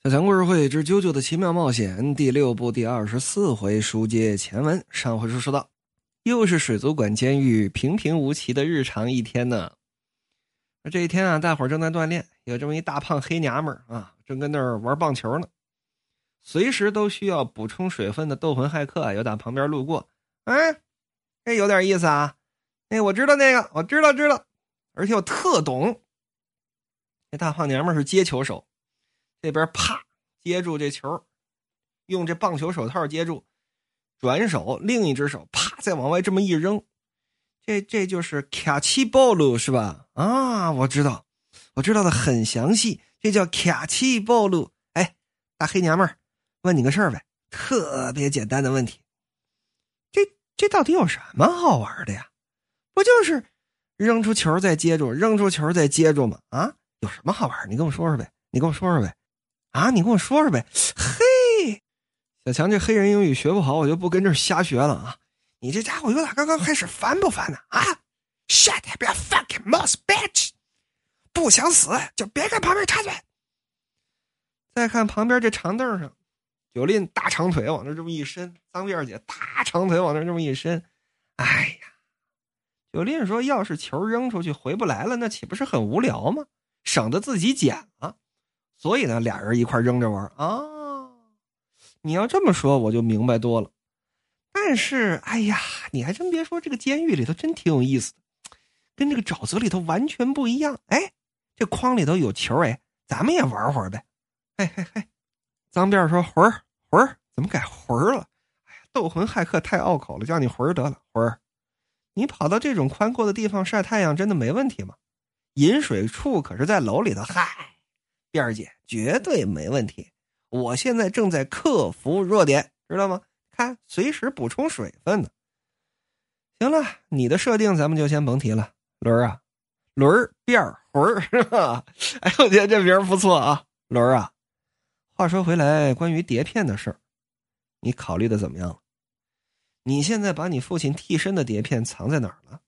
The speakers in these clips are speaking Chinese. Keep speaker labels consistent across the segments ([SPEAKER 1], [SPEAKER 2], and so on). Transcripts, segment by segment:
[SPEAKER 1] 小强故事会之啾啾的奇妙冒险第6部第24回书接前文。上回书说到，又是水族馆监狱平平无奇的日常一天呢。这一天啊，大伙儿正在锻炼，有这么一大胖黑娘们儿啊，正跟那儿玩棒球呢。随时都需要补充水分的斗魂骇客又打旁边路过，这有点意思啊。我知道那个，我知道，而且我特懂。这大胖娘们儿是接球手。这边啪接住这球，用这棒球手套接住，转手另一只手啪再往外这么一扔，这就是卡奇暴露是吧？啊，我知道的很详细，这叫卡奇暴露。大黑娘们儿，问你个事儿呗，特别简单的问题。这到底有什么好玩的呀？不就是扔出球再接住，扔出球再接住吗？啊，有什么好玩？你跟我说说呗。你跟我说呗。嘿，小强这黑人英语学不好，我就不跟这儿瞎学了啊。你这家伙有点刚刚开始烦不烦呢？啊 ，shut up your fucking mouth bitch！ 不想死就别跟旁边插嘴。再看旁边这长凳上，九令大长腿往那这么一伸，脏辫姐大长腿往那这么一伸。哎呀，九令说要是球扔出去回不来了，那岂不是很无聊吗？省得自己捡了。所以呢，俩人一块扔着玩啊。你要这么说，我就明白多了。但是，哎呀，你还真别说，这个监狱里头真挺有意思的，跟这个沼泽里头完全不一样。这筐里头有球，咱们也玩会儿呗。嘿，脏辫说魂儿，怎么改魂儿了？斗魂骇客太拗口了，叫你魂儿得了，魂儿。你跑到这种宽阔的地方晒太阳，真的没问题吗？饮水处可是在楼里头，辫儿姐绝对没问题。我现在正在克服弱点，知道吗？看，随时补充水分呢。行了，你的设定咱们就先甭提了。轮儿啊，轮儿辫儿魂儿是吧？我觉得这名儿不错啊，轮儿啊。话说回来，关于碟片的事儿，你考虑的怎么样了？你现在把你父亲替身的碟片藏在哪儿了？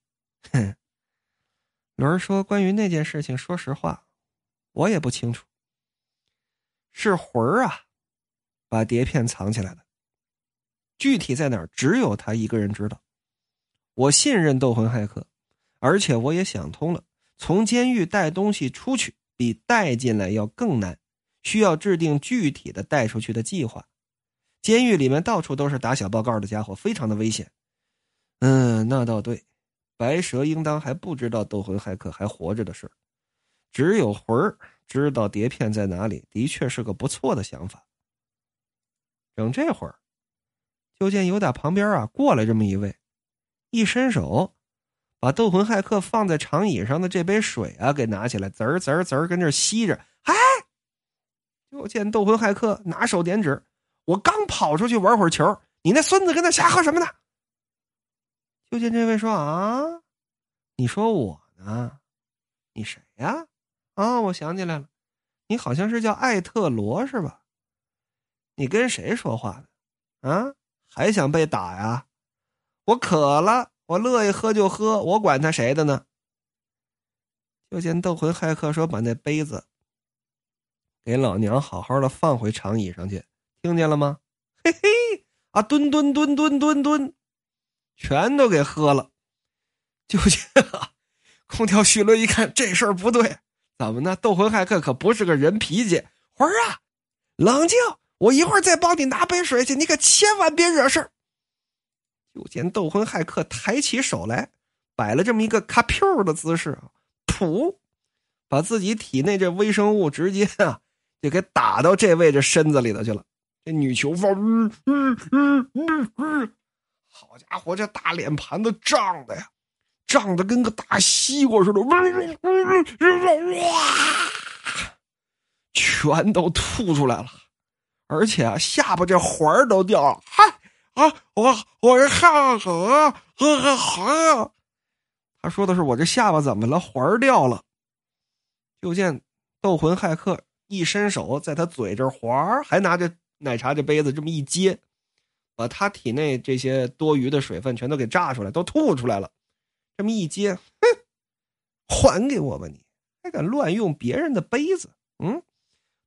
[SPEAKER 1] 轮儿说，关于那件事情，说实话，我也不清楚。是魂儿啊，把碟片藏起来的，具体在哪儿，只有他一个人知道。我信任斗魂骇客，而且我也想通了，从监狱带东西出去比带进来要更难，需要制定具体的带出去的计划。监狱里面到处都是打小报告的家伙，非常的危险。那倒对，白蛇应当还不知道斗魂骇客还活着的事，只有魂儿知道碟片在哪里，的确是个不错的想法。整这会儿，就见有打旁边过来这么一位，一伸手把斗魂骇客放在长椅上的这杯水给拿起来，滋儿跟这吸着。就见斗魂骇客拿手点指，我刚跑出去玩会儿球，你那孙子跟那瞎喝什么呢？就见这位说你说我呢？你谁呀？我想起来了，你好像是叫艾特罗是吧？你跟谁说话的？还想被打呀？我渴了，我乐意喝就喝，我管他谁的呢？就见斗魂骇客说，把那杯子给老娘好好的放回长椅上去，听见了吗？嘿嘿，蹲，全都给喝了。就见空调徐伦一看这事儿不对，怎么呢？斗魂骇客可不是个人脾气，魂儿啊，冷静，我一会儿再帮你拿杯水去，你可千万别惹事儿。就见斗魂骇客抬起手来，摆了这么一个卡飘的姿势，噗，把自己体内这微生物直接就给打到这位这身子里头去了。这女囚犯，好家伙，这大脸盘子胀的呀，胀得跟个大西瓜似的，全都吐出来了，而且下巴这环都掉了。我看他说的是我这下巴怎么了，环掉了。就见斗魂骇客一伸手，在他嘴这环还拿着奶茶这杯子这么一接，把他体内这些多余的水分全都给炸出来，都吐出来了。这么一接，还给我吧你，还敢乱用别人的杯子？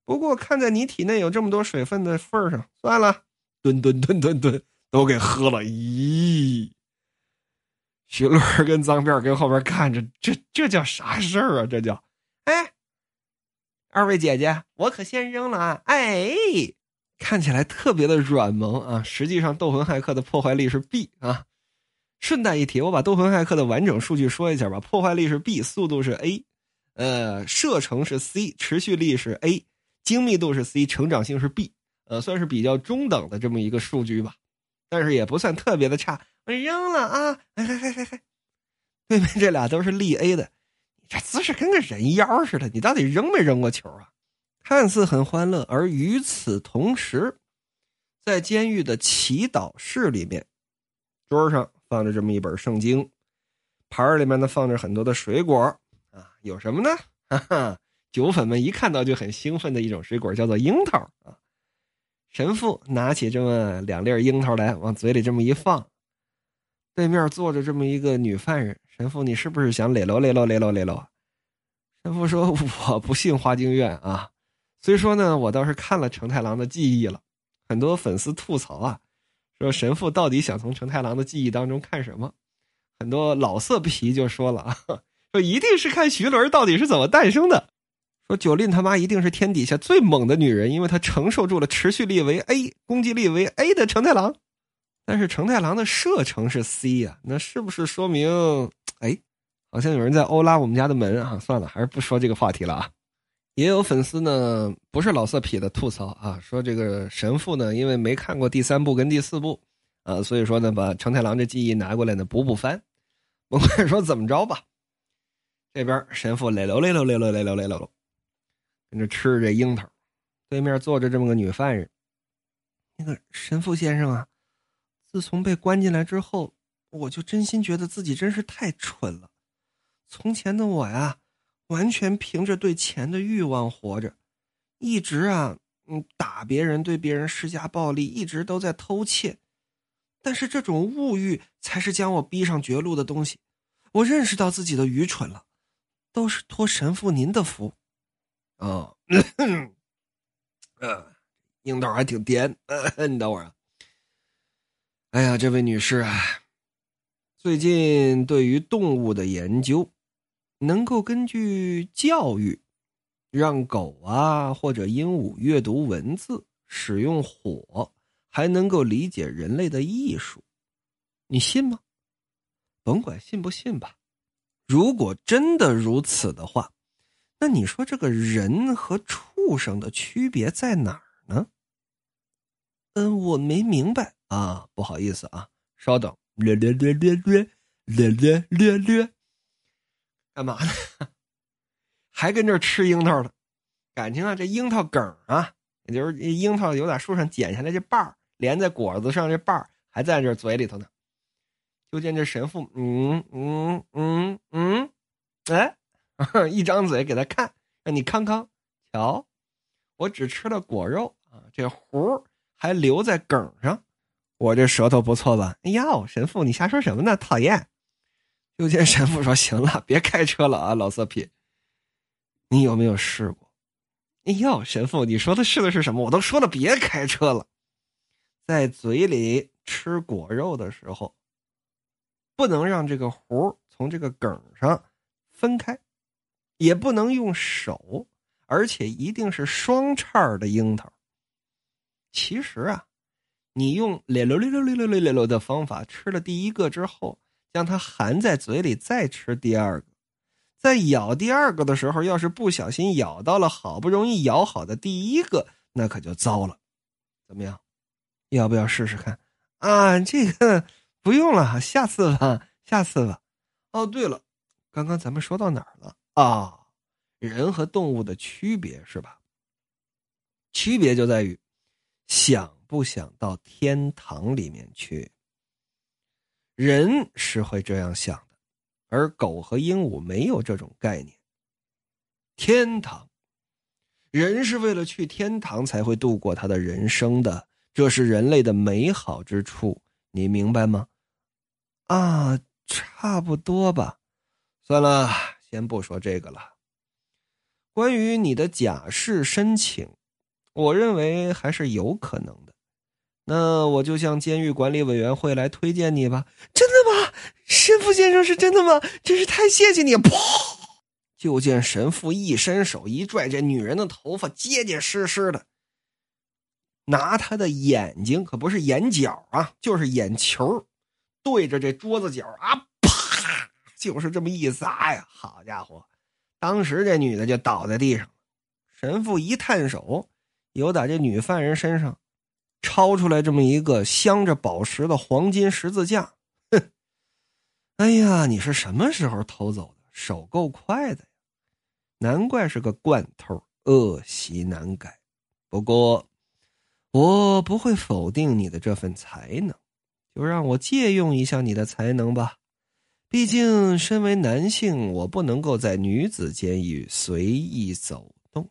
[SPEAKER 1] 不过看在你体内有这么多水分的份上，算了，吨都给喝了。咦，徐乐跟脏辫跟后边看着，这叫啥事儿啊？这叫，哎，二位姐姐，我可先扔了啊！哎，看起来特别的软萌啊，实际上斗魂骇客的破坏力是 B 啊。顺带一提，我把斗魂骇客的完整数据说一下吧。破坏力是 B， 速度是 A， 射程是 C， 持续力是 A， 精密度是 C， 成长性是 B， 算是比较中等的这么一个数据吧，但是也不算特别的差。我扔了啊！嘿，对面这俩都是力 A 的，你这姿势跟个人妖似的，你到底扔没扔过球啊？看似很欢乐，而与此同时，在监狱的祈祷室里面，桌上放着这么一本圣经，盘里面呢放着很多的水果啊，有什么呢？哈哈，酒粉们一看到就很兴奋的一种水果叫做樱桃啊。神父拿起这么2粒樱桃来，往嘴里这么一放，对面坐着这么一个女犯人。神父，你是不是想磊喽？神父说，我不信花京院啊，虽说呢我倒是看了成太郎的记忆了。很多粉丝吐槽啊，说神父到底想从成太郎的记忆当中看什么？很多老色批就说了啊，说一定是看徐伦到底是怎么诞生的，说九令他妈一定是天底下最猛的女人，因为她承受住了持续力为 A 攻击力为 A 的成太郎。但是成太郎的射程是 C 啊，那是不是说明好像有人在欧拉我们家的门啊？算了，还是不说这个话题了啊。也有粉丝呢，不是老色痞的吐槽啊，说这个神父呢，因为没看过第3部跟第4部啊，所以说呢，把成太郎这记忆拿过来呢补番。甭管说怎么着吧，这边神父累喽，跟着吃这樱桃，对面坐着这么个女犯人。那个神父先生啊，自从被关进来之后，我就真心觉得自己真是太蠢了。从前的我呀，完全凭着对钱的欲望活着，一直打别人，对别人施加暴力，一直都在偷窃。但是这种物欲才是将我逼上绝路的东西。我认识到自己的愚蠢了，都是托神父您的福。樱桃还挺甜，你等会儿啊。哎呀，这位女士啊，最近对于动物的研究，能够根据教育，让狗啊或者鹦鹉阅读文字，使用火，还能够理解人类的艺术。你信吗？甭管信不信吧。如果真的如此的话，那你说这个人和畜生的区别在哪儿呢？我没明白啊，不好意思啊，稍等。干嘛呢？还跟这儿吃樱桃了？感情啊，这樱桃梗啊，也就是樱桃有点树上剪下来这瓣儿，连在果子上这瓣儿还在这嘴里头呢。就见这神父，一张嘴给他看，让你康康，瞧，我只吃了果肉啊，这核还留在梗上，我这舌头不错吧？哎呀，神父你瞎说什么呢？讨厌！就见神父说：“行了，别开车了啊，老色批，你有没有试过？”哎呦，神父，你说的试的是什么？我都说了别开车了。在嘴里吃果肉的时候，不能让这个核从这个梗上分开，也不能用手，而且一定是双叉的樱桃。其实啊，你用溜的方法吃了第一个之后，将它含在嘴里再吃第二个，在咬第二个的时候，要是不小心咬到了好不容易咬好的第一个，那可就糟了。怎么样？要不要试试看啊？这个不用了，下次吧。哦，对了，刚刚咱们说到哪儿了啊？人和动物的区别是吧？区别就在于想不想到天堂里面去。人是会这样想的，而狗和鹦鹉没有这种概念。天堂，人是为了去天堂才会度过他的人生的，这是人类的美好之处，你明白吗？啊，差不多吧。算了，先不说这个了。 关于你的假释申请，我认为还是有可能的。那我就向监狱管理委员会来推荐你吧。真的吗？神父先生是真的吗？真是太谢谢你！噗！就见神父一伸手一拽这女人的头发，结结实实的，拿他的眼睛，可不是眼角啊，就是眼球，对着这桌子角啊，啪，就是这么一撒呀！好家伙，当时这女的就倒在地上了。神父一探手，由打这女犯人身上抄出来这么一个镶着宝石的黄金十字架。哼，哎呀，你是什么时候偷走的？手够快的呀，难怪是个惯偷，恶习难改。不过我不会否定你的这份才能，就让我借用一下你的才能吧。毕竟身为男性，我不能够在女子监狱随意走动。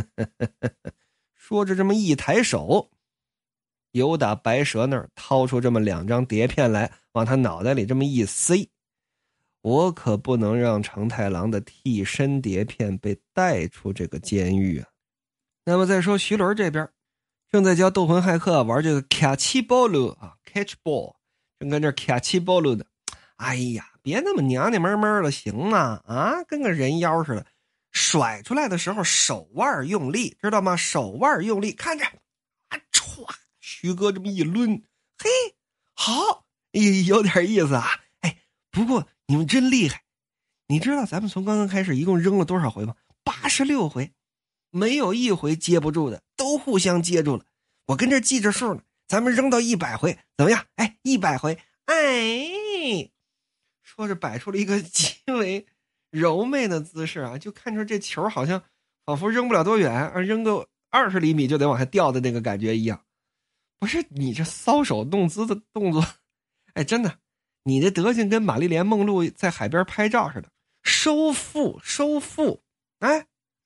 [SPEAKER 1] 说着这么一抬手，由打白蛇那儿掏出这么2张碟片来，往他脑袋里这么一塞。我可不能让成太郎的替身碟片被带出这个监狱啊。那么再说徐伦这边，正在教斗魂骇客玩这个卡奇波鲁啊 ，catch ball， 正跟这卡奇波鲁的。哎呀，别那么娘娘们们的行吗？啊，跟个人妖似的，甩出来的时候手腕用力，知道吗？手腕用力，看着啊，歘，徐哥这么一抡，嘿，好，有点意思啊。哎，不过你们真厉害，你知道咱们从刚刚开始一共扔了多少回吗？86回，没有一回接不住的，都互相接住了。我跟这记着数呢，咱们扔到100回，怎么样？哎，100回，哎，说着摆出了一个极为柔媚的姿势啊，就看出这球好像仿佛扔不了多远，扔个20厘米就得往下掉的那个感觉一样。不是你这搔首弄姿的动作，哎，真的，你这德行跟玛丽莲梦露在海边拍照似的，收腹，哎，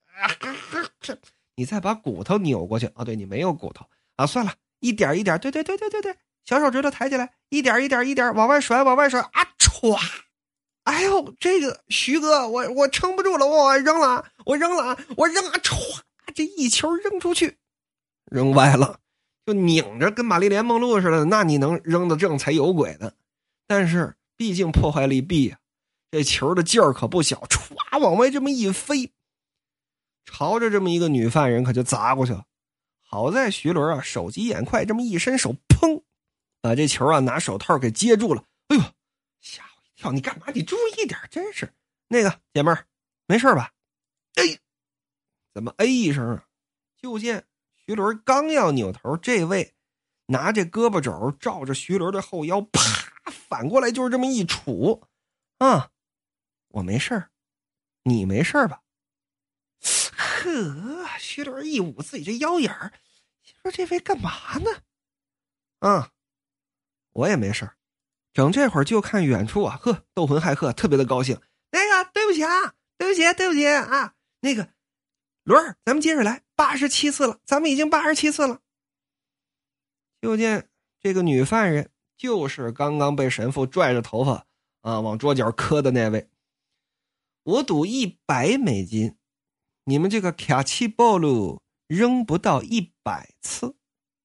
[SPEAKER 1] 你再把骨头扭过去啊？对，你没有骨头啊，算了，一点一点，对，小手指头抬起来，一点往外甩啊，歘！哎呦，这个徐哥，我撑不住了，我扔了，歘！这一球扔出去，扔歪了，就拧着跟玛丽莲梦露似的，那你能扔得正才有鬼的。但是毕竟破坏力弊啊，这球的劲儿可不小，歘，往外这么一飞，朝着这么一个女犯人可就砸过去了。好在徐伦啊手疾眼快，这么一伸手，砰，把这球啊拿手套给接住了。哎呦，吓我一跳！你干嘛？你注意点，真是。那个姐妹儿，没事吧？哎，怎么哎一声啊？就见徐伦刚要扭头，这位拿这胳膊肘照着徐伦的后腰，啪，反过来就是这么一杵啊！我没事儿，你没事吧？呵，徐伦一捂自己这腰眼儿，说这位干嘛呢？啊，我也没事儿。整这会儿就看远处啊，呵，斗魂骇客特别的高兴。那个，对不起啊，那个伦儿，咱们接着来，87次了，咱们已经87次了。就见这个女犯人就是刚刚被神父拽着头发啊往桌角磕的那位。我赌$100，你们这个卡奇波鲁扔不到100次。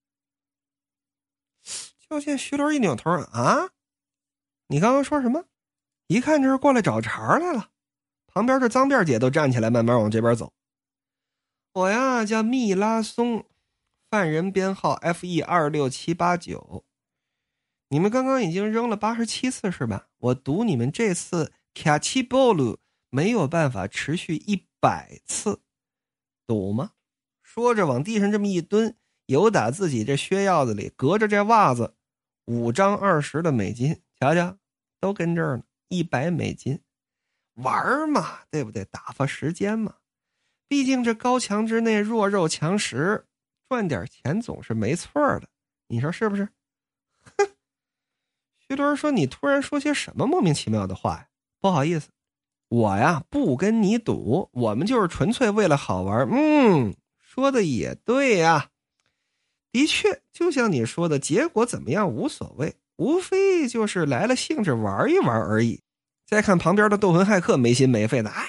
[SPEAKER 1] 就见徐伦一扭头啊，你刚刚说什么？一看这是过来找茬来了。旁边这脏辫姐都站起来慢慢往这边走。我呀叫密拉松，犯人编号 FE26789。你们刚刚已经扔了87次是吧？我赌你们这次卡奇波鲁没有办法持续100次，赌吗？说着往地上这么一蹲，由打自己这靴鹞子里隔着这袜子5张20的美金，瞧瞧，都跟这儿呢，$100，玩嘛，对不对？打发时间嘛。毕竟这高墙之内弱肉强食，赚点钱总是没错的，你说是不是？哼！徐伦说：“你突然说些什么莫名其妙的话呀？不好意思，我呀不跟你赌，我们就是纯粹为了好玩。”说的也对呀，的确，就像你说的，结果怎么样无所谓，无非就是来了兴致玩一玩而已。再看旁边的斗魂骇客没心没肺的，哎呀，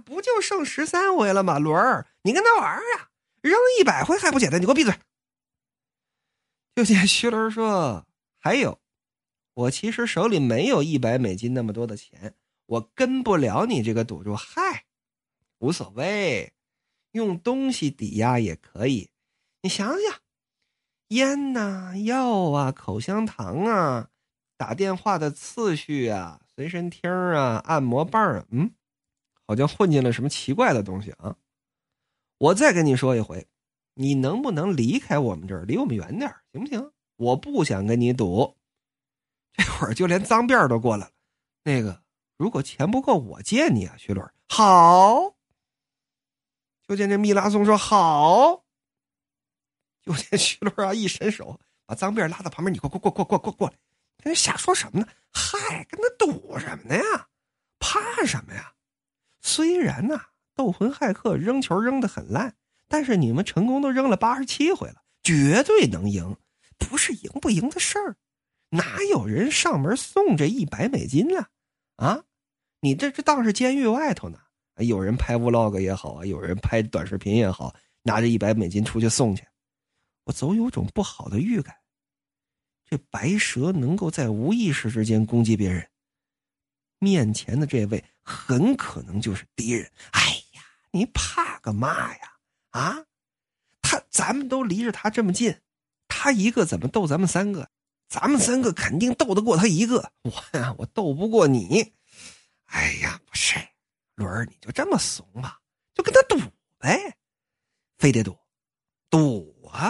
[SPEAKER 1] 不就剩13回了吗？轮儿，你跟他玩啊？扔100回还不简单？你给我闭嘴！就见徐伦说：“还有，我其实手里没有$100那么多的钱，我跟不了你这个赌注。嗨，无所谓，用东西抵押也可以。你想想，烟呐、药啊、口香糖啊、打电话的次序啊、随身听啊、按摩棒啊，好像混进了什么奇怪的东西啊！我再跟你说一回。”你能不能离开我们这儿，离我们远点，行不行？我不想跟你赌。这会儿就连脏辫都过来了。那个，如果钱不够，我借你啊，徐伦。好。就见这密拉松说好。就见徐伦啊一伸手，把脏辫拉到旁边，你过来。跟他瞎说什么呢？嗨，跟他赌什么呢呀？怕什么呀？虽然呐，斗魂骇客扔球扔得很烂。但是你们成功都扔了87回了，绝对能赢，不是赢不赢的事儿。哪有人上门送这$100呢？啊，你这当是监狱外头呢？有人拍 vlog 也好啊，有人拍短视频也好，拿着$100出去送去。我总有种不好的预感，这白蛇能够在无意识之间攻击别人，面前的这位很可能就是敌人。哎呀，你怕个嘛呀？啊，咱们都离着他这么近，他一个怎么斗咱们3个？咱们3个肯定斗得过他一个，我斗不过你。哎呀，不是，伦儿，你就这么怂吧，就跟他赌呗，非得赌啊！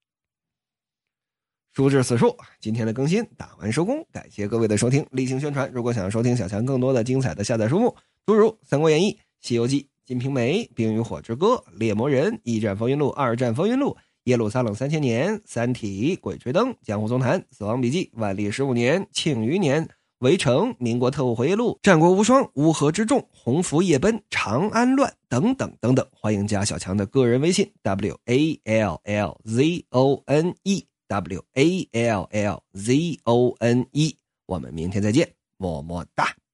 [SPEAKER 1] 书至此处，今天的更新打完收工，感谢各位的收听，例行宣传。如果想要收听小强更多的精彩的下载书目，诸如《三国演义》《西游记》金瓶梅、冰与火之歌、猎魔人、一战风云录、二战风云录、耶路撒冷3000年、三体、鬼吹灯、江湖宗坛、死亡笔记、万历15年、庆余年、围城、民国特务回忆录、战国无双、乌合之众、鸿福夜奔、长安乱等等等等。欢迎加小强的个人微信 WALLZONE，我们明天再见，么么哒。